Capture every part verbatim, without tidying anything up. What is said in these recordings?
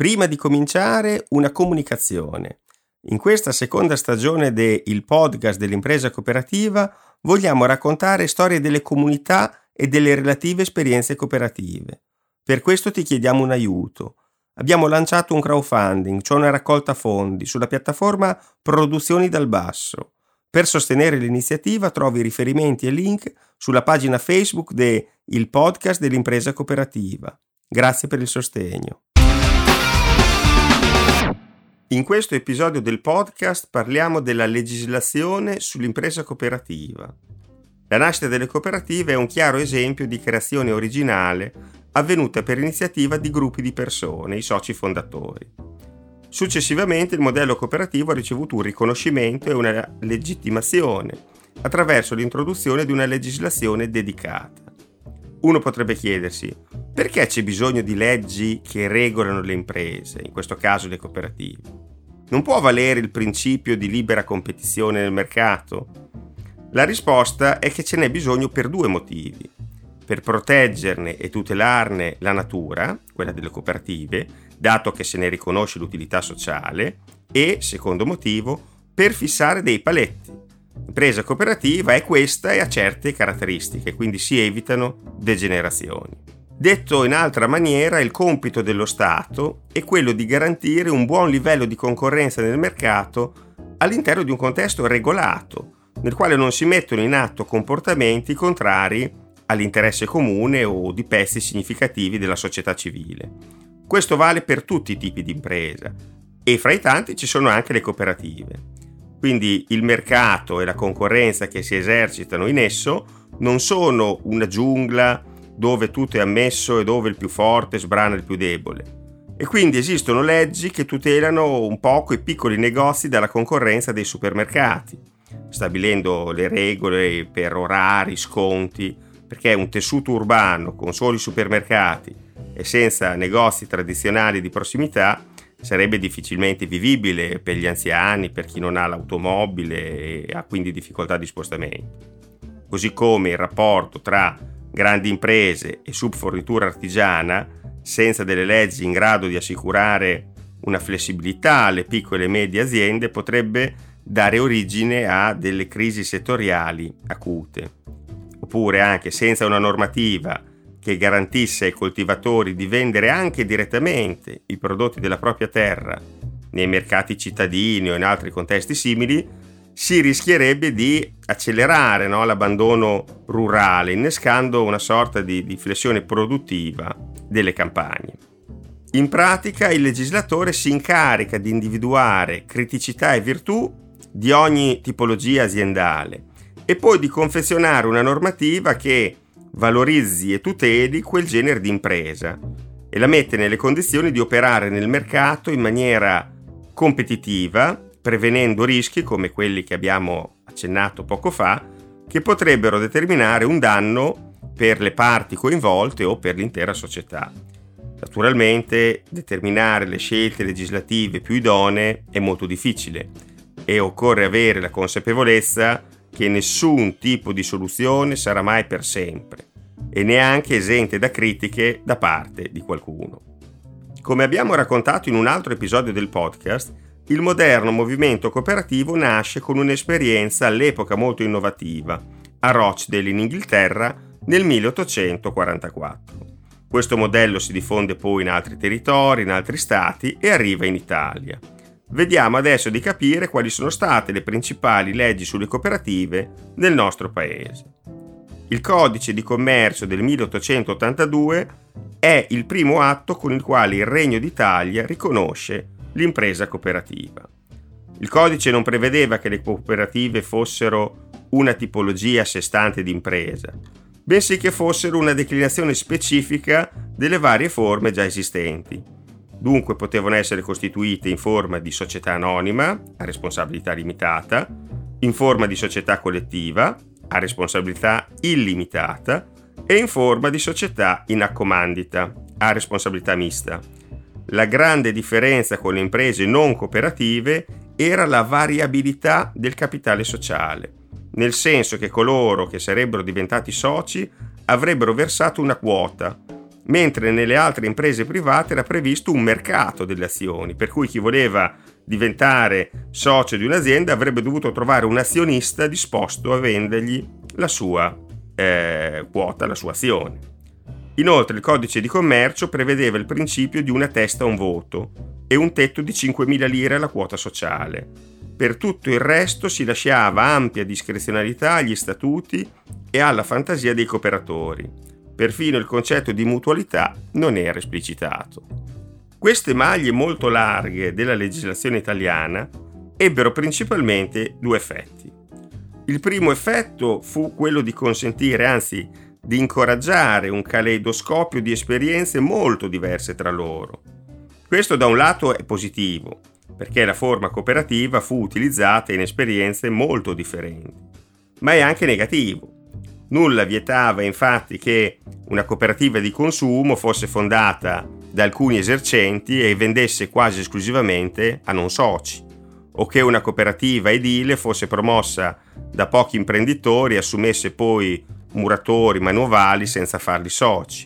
Prima di cominciare, una comunicazione. In questa seconda stagione de Il podcast dell'impresa cooperativa vogliamo raccontare storie delle comunità e delle relative esperienze cooperative. Per questo ti chiediamo un aiuto. Abbiamo lanciato un crowdfunding, cioè una raccolta fondi, sulla piattaforma Produzioni dal Basso. Per sostenere l'iniziativa trovi riferimenti e link sulla pagina Facebook de Il podcast dell'impresa cooperativa. Grazie per il sostegno. In questo episodio del podcast parliamo della legislazione sull'impresa cooperativa. La nascita delle cooperative è un chiaro esempio di creazione originale avvenuta per iniziativa di gruppi di persone, i soci fondatori. Successivamente il modello cooperativo ha ricevuto un riconoscimento e una legittimazione attraverso l'introduzione di una legislazione dedicata. Uno potrebbe chiedersi: perché c'è bisogno di leggi che regolano le imprese, in questo caso le cooperative? Non può valere il principio di libera competizione nel mercato? La risposta è che ce n'è bisogno per due motivi: per proteggerne e tutelarne la natura, quella delle cooperative, dato che se ne riconosce l'utilità sociale, e, secondo motivo, per fissare dei paletti. L'impresa cooperativa è questa e ha certe caratteristiche, quindi si evitano degenerazioni. Detto in altra maniera, il compito dello Stato è quello di garantire un buon livello di concorrenza nel mercato all'interno di un contesto regolato, nel quale non si mettono in atto comportamenti contrari all'interesse comune o di pezzi significativi della società civile. Questo vale per tutti i tipi di impresa e fra i tanti ci sono anche le cooperative. Quindi il mercato e la concorrenza che si esercitano in esso non sono una giungla dove tutto è ammesso e dove il più forte sbrana il più debole. E quindi esistono leggi che tutelano un poco i piccoli negozi dalla concorrenza dei supermercati, stabilendo le regole per orari, sconti, perché un tessuto urbano con soli supermercati e senza negozi tradizionali di prossimità sarebbe difficilmente vivibile per gli anziani, per chi non ha l'automobile e ha quindi difficoltà di spostamento. Così come il rapporto tra grandi imprese e subfornitura artigiana, senza delle leggi in grado di assicurare una flessibilità alle piccole e medie aziende, potrebbe dare origine a delle crisi settoriali acute. Oppure anche senza una normativa che garantisse ai coltivatori di vendere anche direttamente i prodotti della propria terra nei mercati cittadini o in altri contesti simili, si rischierebbe di accelerare no, l'abbandono rurale, innescando una sorta di, di flessione produttiva delle campagne. In pratica il legislatore si incarica di individuare criticità e virtù di ogni tipologia aziendale e poi di confezionare una normativa che valorizzi e tuteli quel genere di impresa e la mette nelle condizioni di operare nel mercato in maniera competitiva, prevenendo rischi come quelli che abbiamo accennato poco fa, che potrebbero determinare un danno per le parti coinvolte o per l'intera società. Naturalmente, determinare le scelte legislative più idonee è molto difficile e occorre avere la consapevolezza che nessun tipo di soluzione sarà mai per sempre e neanche esente da critiche da parte di qualcuno. Come abbiamo raccontato in un altro episodio del podcast, il moderno movimento cooperativo nasce con un'esperienza all'epoca molto innovativa, a Rochdale in Inghilterra nel milleottocentoquarantaquattro. Questo modello si diffonde poi in altri territori, in altri stati e arriva in Italia. Vediamo adesso di capire quali sono state le principali leggi sulle cooperative nel nostro paese. Il Codice di Commercio del milleottocentottantadue è il primo atto con il quale il Regno d'Italia riconosce l'impresa cooperativa. Il codice non prevedeva che le cooperative fossero una tipologia a sé stante di impresa, bensì che fossero una declinazione specifica delle varie forme già esistenti. Dunque potevano essere costituite in forma di società anonima, a responsabilità limitata, in forma di società collettiva, a responsabilità illimitata, e in forma di società in accomandita, a responsabilità mista. La grande differenza con le imprese non cooperative era la variabilità del capitale sociale, nel senso che coloro che sarebbero diventati soci avrebbero versato una quota mentre nelle altre imprese private era previsto un mercato delle azioni, per cui chi voleva diventare socio di un'azienda avrebbe dovuto trovare un azionista disposto a vendergli la sua eh, quota, la sua azione. Inoltre il codice di commercio prevedeva il principio di una testa a un voto e un tetto di cinquemila lire alla quota sociale. Per tutto il resto si lasciava ampia discrezionalità agli statuti e alla fantasia dei cooperatori. Perfino il concetto di mutualità non era esplicitato. Queste maglie molto larghe della legislazione italiana ebbero principalmente due effetti. Il primo effetto fu quello di consentire, anzi di incoraggiare, un caleidoscopio di esperienze molto diverse tra loro. Questo da un lato è positivo, perché la forma cooperativa fu utilizzata in esperienze molto differenti, ma è anche negativo. Nulla vietava infatti che una cooperativa di consumo fosse fondata da alcuni esercenti e vendesse quasi esclusivamente a non soci, o che una cooperativa edile fosse promossa da pochi imprenditori e assumesse poi muratori manovali senza farli soci,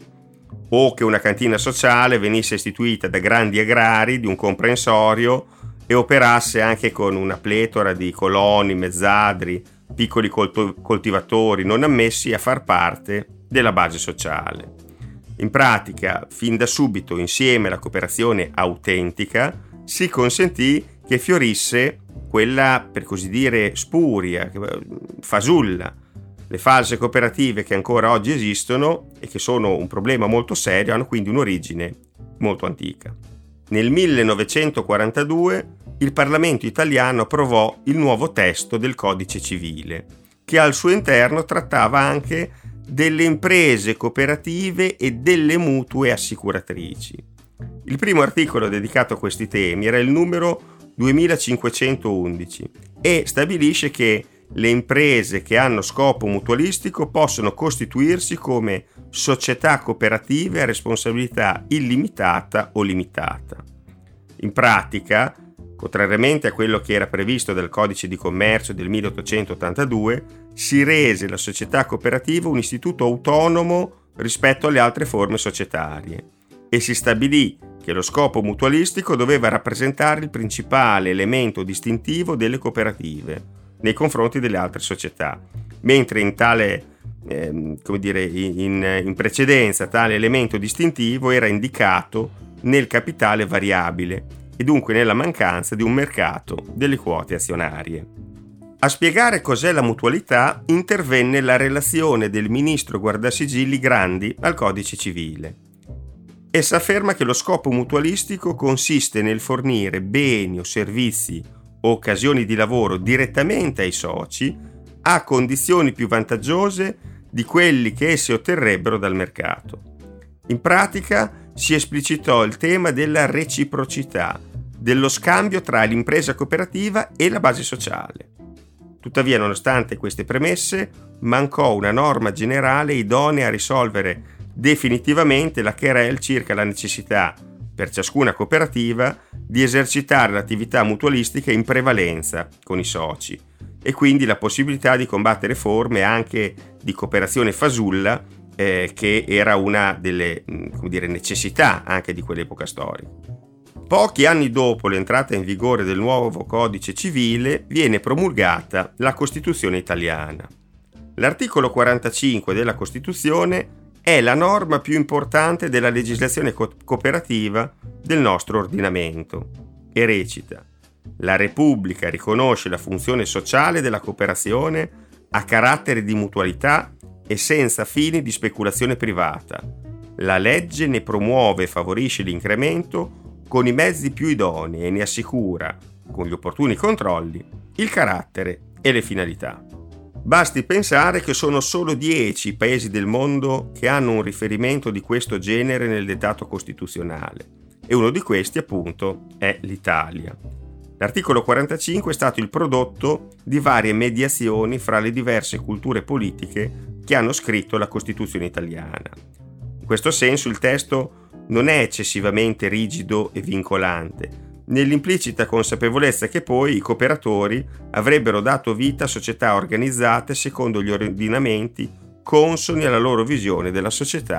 o che una cantina sociale venisse istituita da grandi agrari di un comprensorio e operasse anche con una pletora di coloni, mezzadri, piccoli coltivatori non ammessi a far parte della base sociale. In pratica, fin da subito, insieme alla cooperazione autentica, si consentì che fiorisse quella, per così dire, spuria, fasulla. Le false cooperative che ancora oggi esistono e che sono un problema molto serio hanno quindi un'origine molto antica. Nel millenovecentoquarantadue il Parlamento italiano approvò il nuovo testo del Codice Civile, che al suo interno trattava anche delle imprese cooperative e delle mutue assicuratrici. Il primo articolo dedicato a questi temi era il numero duemilacinquecentoundici e stabilisce che le imprese che hanno scopo mutualistico possono costituirsi come società cooperative a responsabilità illimitata o limitata. In pratica, contrariamente a quello che era previsto dal Codice di Commercio del milleottocentottantadue, si rese la società cooperativa un istituto autonomo rispetto alle altre forme societarie e si stabilì che lo scopo mutualistico doveva rappresentare il principale elemento distintivo delle cooperative nei confronti delle altre società, mentre in tale, eh, come dire, in, in precedenza tale elemento distintivo era indicato nel capitale variabile e dunque nella mancanza di un mercato delle quote azionarie. A spiegare cos'è la mutualità intervenne la relazione del ministro Guardasigilli Grandi al Codice Civile. Essa afferma che lo scopo mutualistico consiste nel fornire beni o servizi o occasioni di lavoro direttamente ai soci a condizioni più vantaggiose di quelli che essi otterrebbero dal mercato. In pratica si esplicitò il tema della reciprocità, dello scambio tra l'impresa cooperativa e la base sociale. Tuttavia, nonostante queste premesse, mancò una norma generale idonea a risolvere definitivamente la querelle circa la necessità, per ciascuna cooperativa, di esercitare l'attività mutualistica in prevalenza con i soci e quindi la possibilità di combattere forme anche di cooperazione fasulla eh, che era una delle come dire, necessità anche di quell'epoca storica. Pochi anni dopo l'entrata in vigore del nuovo Codice Civile viene promulgata la Costituzione italiana. L'articolo quarantacinque della Costituzione è la norma più importante della legislazione co- cooperativa del nostro ordinamento e recita: la Repubblica riconosce la funzione sociale della cooperazione a carattere di mutualità e senza fini di speculazione privata. La legge ne promuove e favorisce l'incremento con i mezzi più idonei e ne assicura, con gli opportuni controlli, il carattere e le finalità. Basti pensare che sono solo dieci i paesi del mondo che hanno un riferimento di questo genere nel dettato costituzionale e uno di questi appunto è l'Italia. L'articolo quarantacinque è stato il prodotto di varie mediazioni fra le diverse culture politiche che hanno scritto la Costituzione italiana. In questo senso il testo non è eccessivamente rigido e vincolante, nell'implicita consapevolezza che poi i cooperatori avrebbero dato vita a società organizzate secondo gli ordinamenti consoni alla loro visione della società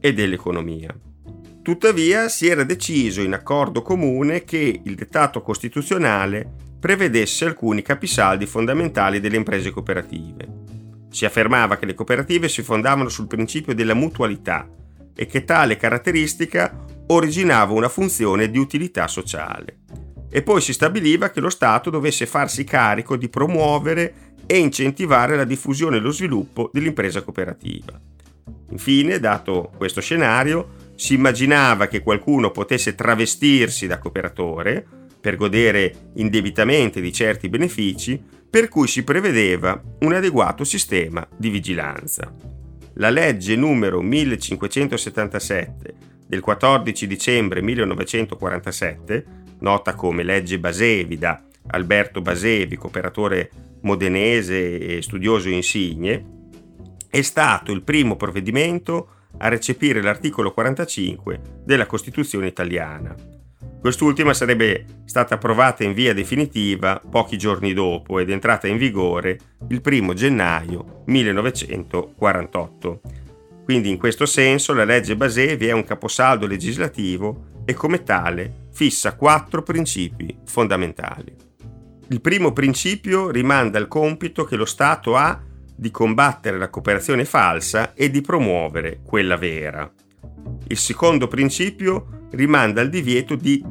e dell'economia. Tuttavia si era deciso in accordo comune che il dettato costituzionale prevedesse alcuni capisaldi fondamentali delle imprese cooperative. Si affermava che le cooperative si fondavano sul principio della mutualità e che tale caratteristica originava una funzione di utilità sociale. E poi si stabiliva che lo Stato dovesse farsi carico di promuovere e incentivare la diffusione e lo sviluppo dell'impresa cooperativa. Infine, dato questo scenario, si immaginava che qualcuno potesse travestirsi da cooperatore per godere indebitamente di certi benefici, per cui si prevedeva un adeguato sistema di vigilanza. La legge numero millecinquecentosettantasette del quattordici dicembre millenovecentoquarantasette, nota come legge Basevi da Alberto Basevi, cooperatore modenese e studioso insigne, è stato il primo provvedimento a recepire l'articolo quarantacinque della Costituzione italiana. Quest'ultima sarebbe stata approvata in via definitiva pochi giorni dopo ed entrata in vigore il primo gennaio millenovecentoquarantotto. Quindi in questo senso la legge Basevi è un caposaldo legislativo e come tale fissa quattro principi fondamentali. Il primo principio rimanda al compito che lo Stato ha di combattere la cooperazione falsa e di promuovere quella vera. Il secondo principio rimanda al divieto di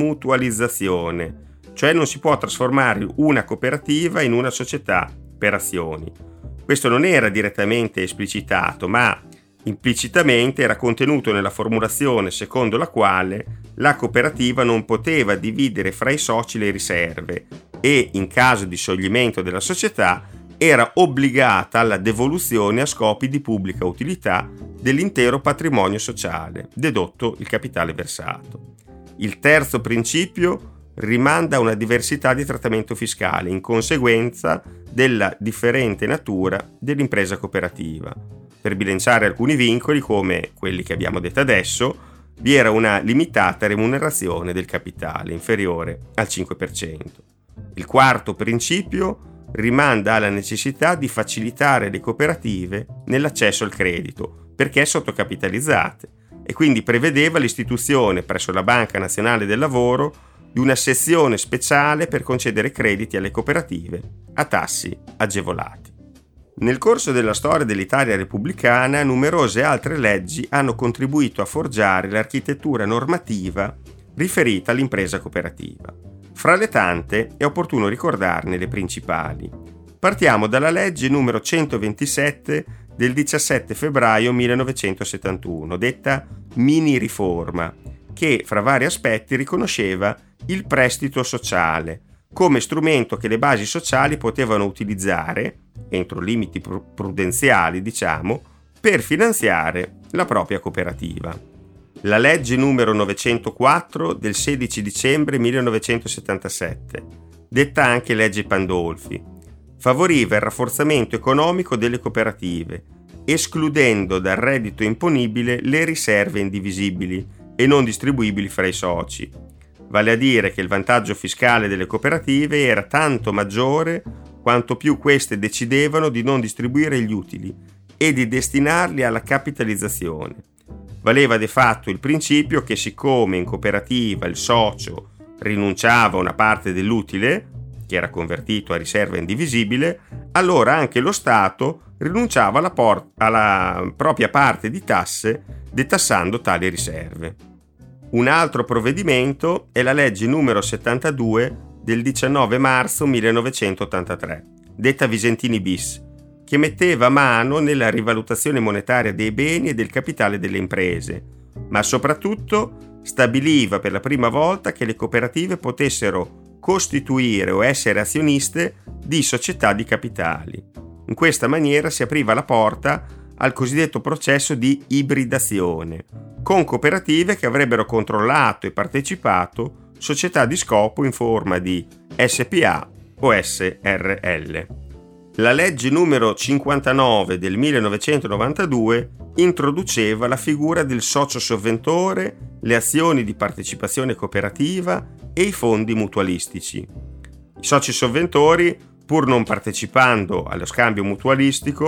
demutualizzazione, cioè non si può trasformare una cooperativa in una società per azioni. Questo non era direttamente esplicitato, ma implicitamente era contenuto nella formulazione secondo la quale la cooperativa non poteva dividere fra i soci le riserve e, in caso di scioglimento della società, era obbligata alla devoluzione a scopi di pubblica utilità dell'intero patrimonio sociale, dedotto il capitale versato. Il terzo principio rimanda a una diversità di trattamento fiscale in conseguenza della differente natura dell'impresa cooperativa. Per bilanciare alcuni vincoli, come quelli che abbiamo detto adesso, vi era una limitata remunerazione del capitale inferiore al cinque per cento. Il quarto principio rimanda alla necessità di facilitare le cooperative nell'accesso al credito, perché sottocapitalizzate, e quindi prevedeva l'istituzione presso la Banca Nazionale del Lavoro di una sezione speciale per concedere crediti alle cooperative a tassi agevolati. Nel corso della storia dell'Italia repubblicana, numerose altre leggi hanno contribuito a forgiare l'architettura normativa riferita all'impresa cooperativa. Fra le tante è opportuno ricordarne le principali. Partiamo dalla legge numero centoventisette del diciassette febbraio millenovecentosettantuno, detta mini riforma, che fra vari aspetti riconosceva il prestito sociale come strumento che le basi sociali potevano utilizzare, entro limiti prudenziali diciamo, per finanziare la propria cooperativa. La legge numero novecentoquattro del sedici dicembre millenovecentosettantasette, detta anche legge Pandolfi, favoriva il rafforzamento economico delle cooperative, escludendo dal reddito imponibile le riserve indivisibili e non distribuibili fra i soci, vale a dire che il vantaggio fiscale delle cooperative era tanto maggiore quanto più queste decidevano di non distribuire gli utili e di destinarli alla capitalizzazione. Valeva de fatto il principio che siccome in cooperativa il socio rinunciava a una parte dell'utile, che era convertito a riserva indivisibile, allora anche lo Stato rinunciava alla, por- alla propria parte di tasse detassando tali riserve. Un altro provvedimento è la legge numero settantadue del diciannove marzo millenovecentottantatré, detta Visentini bis, che metteva mano nella rivalutazione monetaria dei beni e del capitale delle imprese, ma soprattutto stabiliva per la prima volta che le cooperative potessero costituire o essere azioniste di società di capitali. In questa maniera si apriva la porta al cosiddetto processo di ibridazione, con cooperative che avrebbero controllato e partecipato società di scopo in forma di S P A o S R L. La legge numero cinquantanove del millenovecentonovantadue introduceva la figura del socio sovventore, le azioni di partecipazione cooperativa e i fondi mutualistici. I soci sovventori, pur non partecipando allo scambio mutualistico,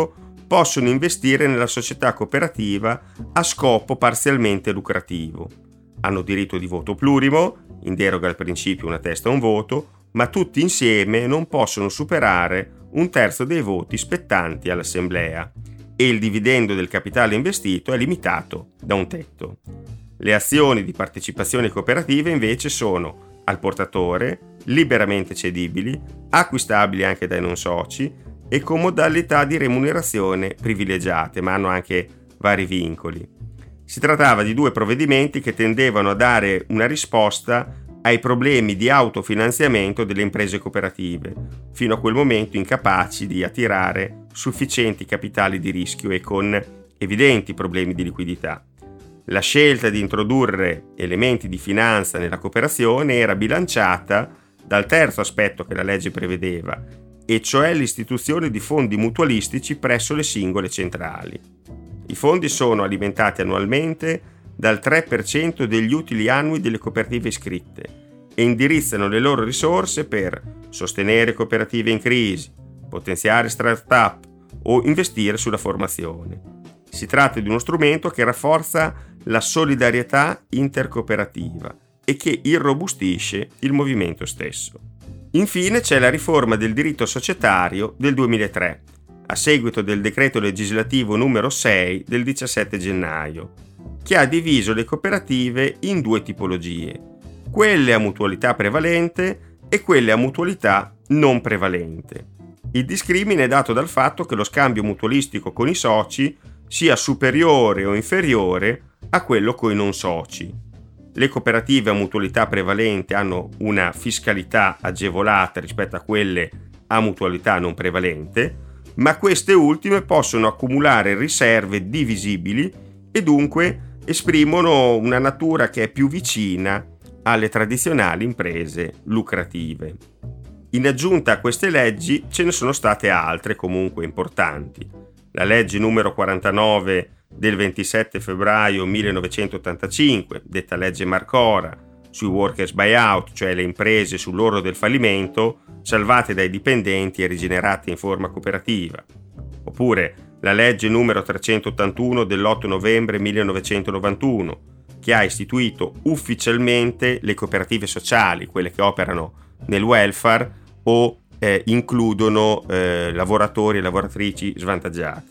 possono investire nella società cooperativa a scopo parzialmente lucrativo. Hanno diritto di voto plurimo, in deroga al principio una testa un voto, ma tutti insieme non possono superare un terzo dei voti spettanti all'assemblea e il dividendo del capitale investito è limitato da un tetto. Le azioni di partecipazione cooperative invece sono al portatore, liberamente cedibili, acquistabili anche dai non soci e con modalità di remunerazione privilegiate, ma hanno anche vari vincoli. Si trattava di due provvedimenti che tendevano a dare una risposta ai problemi di autofinanziamento delle imprese cooperative, fino a quel momento incapaci di attirare sufficienti capitali di rischio e con evidenti problemi di liquidità. La scelta di introdurre elementi di finanza nella cooperazione era bilanciata dal terzo aspetto che la legge prevedeva, e cioè l'istituzione di fondi mutualistici presso le singole centrali. I fondi sono alimentati annualmente dal tre per cento degli utili annui delle cooperative iscritte e indirizzano le loro risorse per sostenere cooperative in crisi, potenziare start-up o investire sulla formazione. Si tratta di uno strumento che rafforza la solidarietà intercooperativa e che irrobustisce il movimento stesso. Infine c'è la riforma del diritto societario del duemilatré, a seguito del decreto legislativo numero sei del diciassette gennaio, che ha diviso le cooperative in due tipologie, quelle a mutualità prevalente e quelle a mutualità non prevalente. Il discrimine è dato dal fatto che lo scambio mutualistico con i soci sia superiore o inferiore a quello con i non soci. Le cooperative a mutualità prevalente hanno una fiscalità agevolata rispetto a quelle a mutualità non prevalente, ma queste ultime possono accumulare riserve divisibili e dunque esprimono una natura che è più vicina alle tradizionali imprese lucrative. In aggiunta a queste leggi ce ne sono state altre comunque importanti. La legge numero quarantanove del ventisette febbraio millenovecentottantacinque, detta legge Marcora, sui workers buyout, cioè le imprese sull'orlo del fallimento, salvate dai dipendenti e rigenerate in forma cooperativa. Oppure la legge numero trecentottantuno dell'otto novembre millenovecentonovantuno, che ha istituito ufficialmente le cooperative sociali, quelle che operano nel welfare o eh, includono eh, lavoratori e lavoratrici svantaggiati.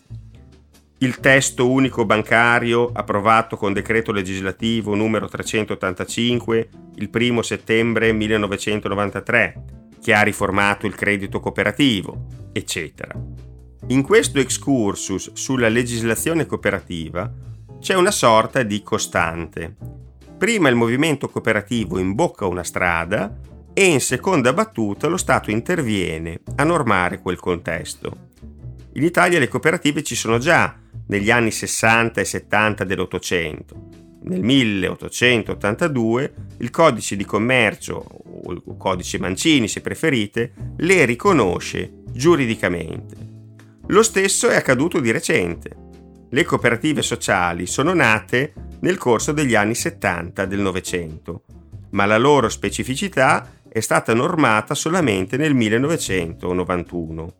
Il testo unico bancario approvato con decreto legislativo numero trecentottantacinque il primo settembre millenovecentonovantatré, che ha riformato il credito cooperativo, eccetera. In questo excursus sulla legislazione cooperativa c'è una sorta di costante. Prima il movimento cooperativo imbocca una strada e in seconda battuta lo Stato interviene a normare quel contesto. In Italia le cooperative ci sono già negli anni sessanta e settanta dell'Ottocento. Nel milleottocentottantadue il codice di commercio, o il codice Mancini se preferite, le riconosce giuridicamente. Lo stesso è accaduto di recente. Le cooperative sociali sono nate nel corso degli anni settanta del Novecento, ma la loro specificità è stata normata solamente nel millenovecentonovantuno.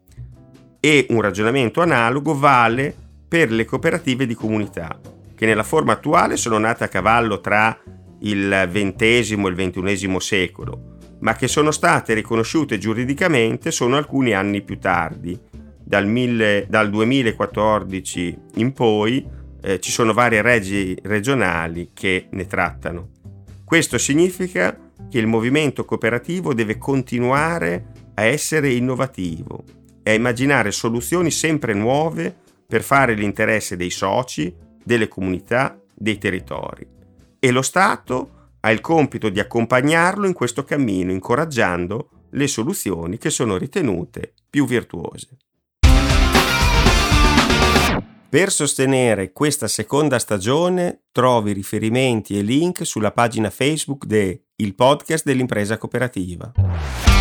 E un ragionamento analogo vale per le cooperative di comunità, che nella forma attuale sono nate a cavallo tra il ventesimo e il ventunesimo secolo, ma che sono state riconosciute giuridicamente solo alcuni anni più tardi. Dal, mille, dal duemilaquattordici in poi eh, ci sono varie leggi regionali che ne trattano. Questo significa che il movimento cooperativo deve continuare a essere innovativo e a immaginare soluzioni sempre nuove per fare l'interesse dei soci, delle comunità, dei territori. E lo Stato ha il compito di accompagnarlo in questo cammino, incoraggiando le soluzioni che sono ritenute più virtuose. Per sostenere questa seconda stagione trovi riferimenti e link sulla pagina Facebook de Il Podcast dell'Impresa Cooperativa.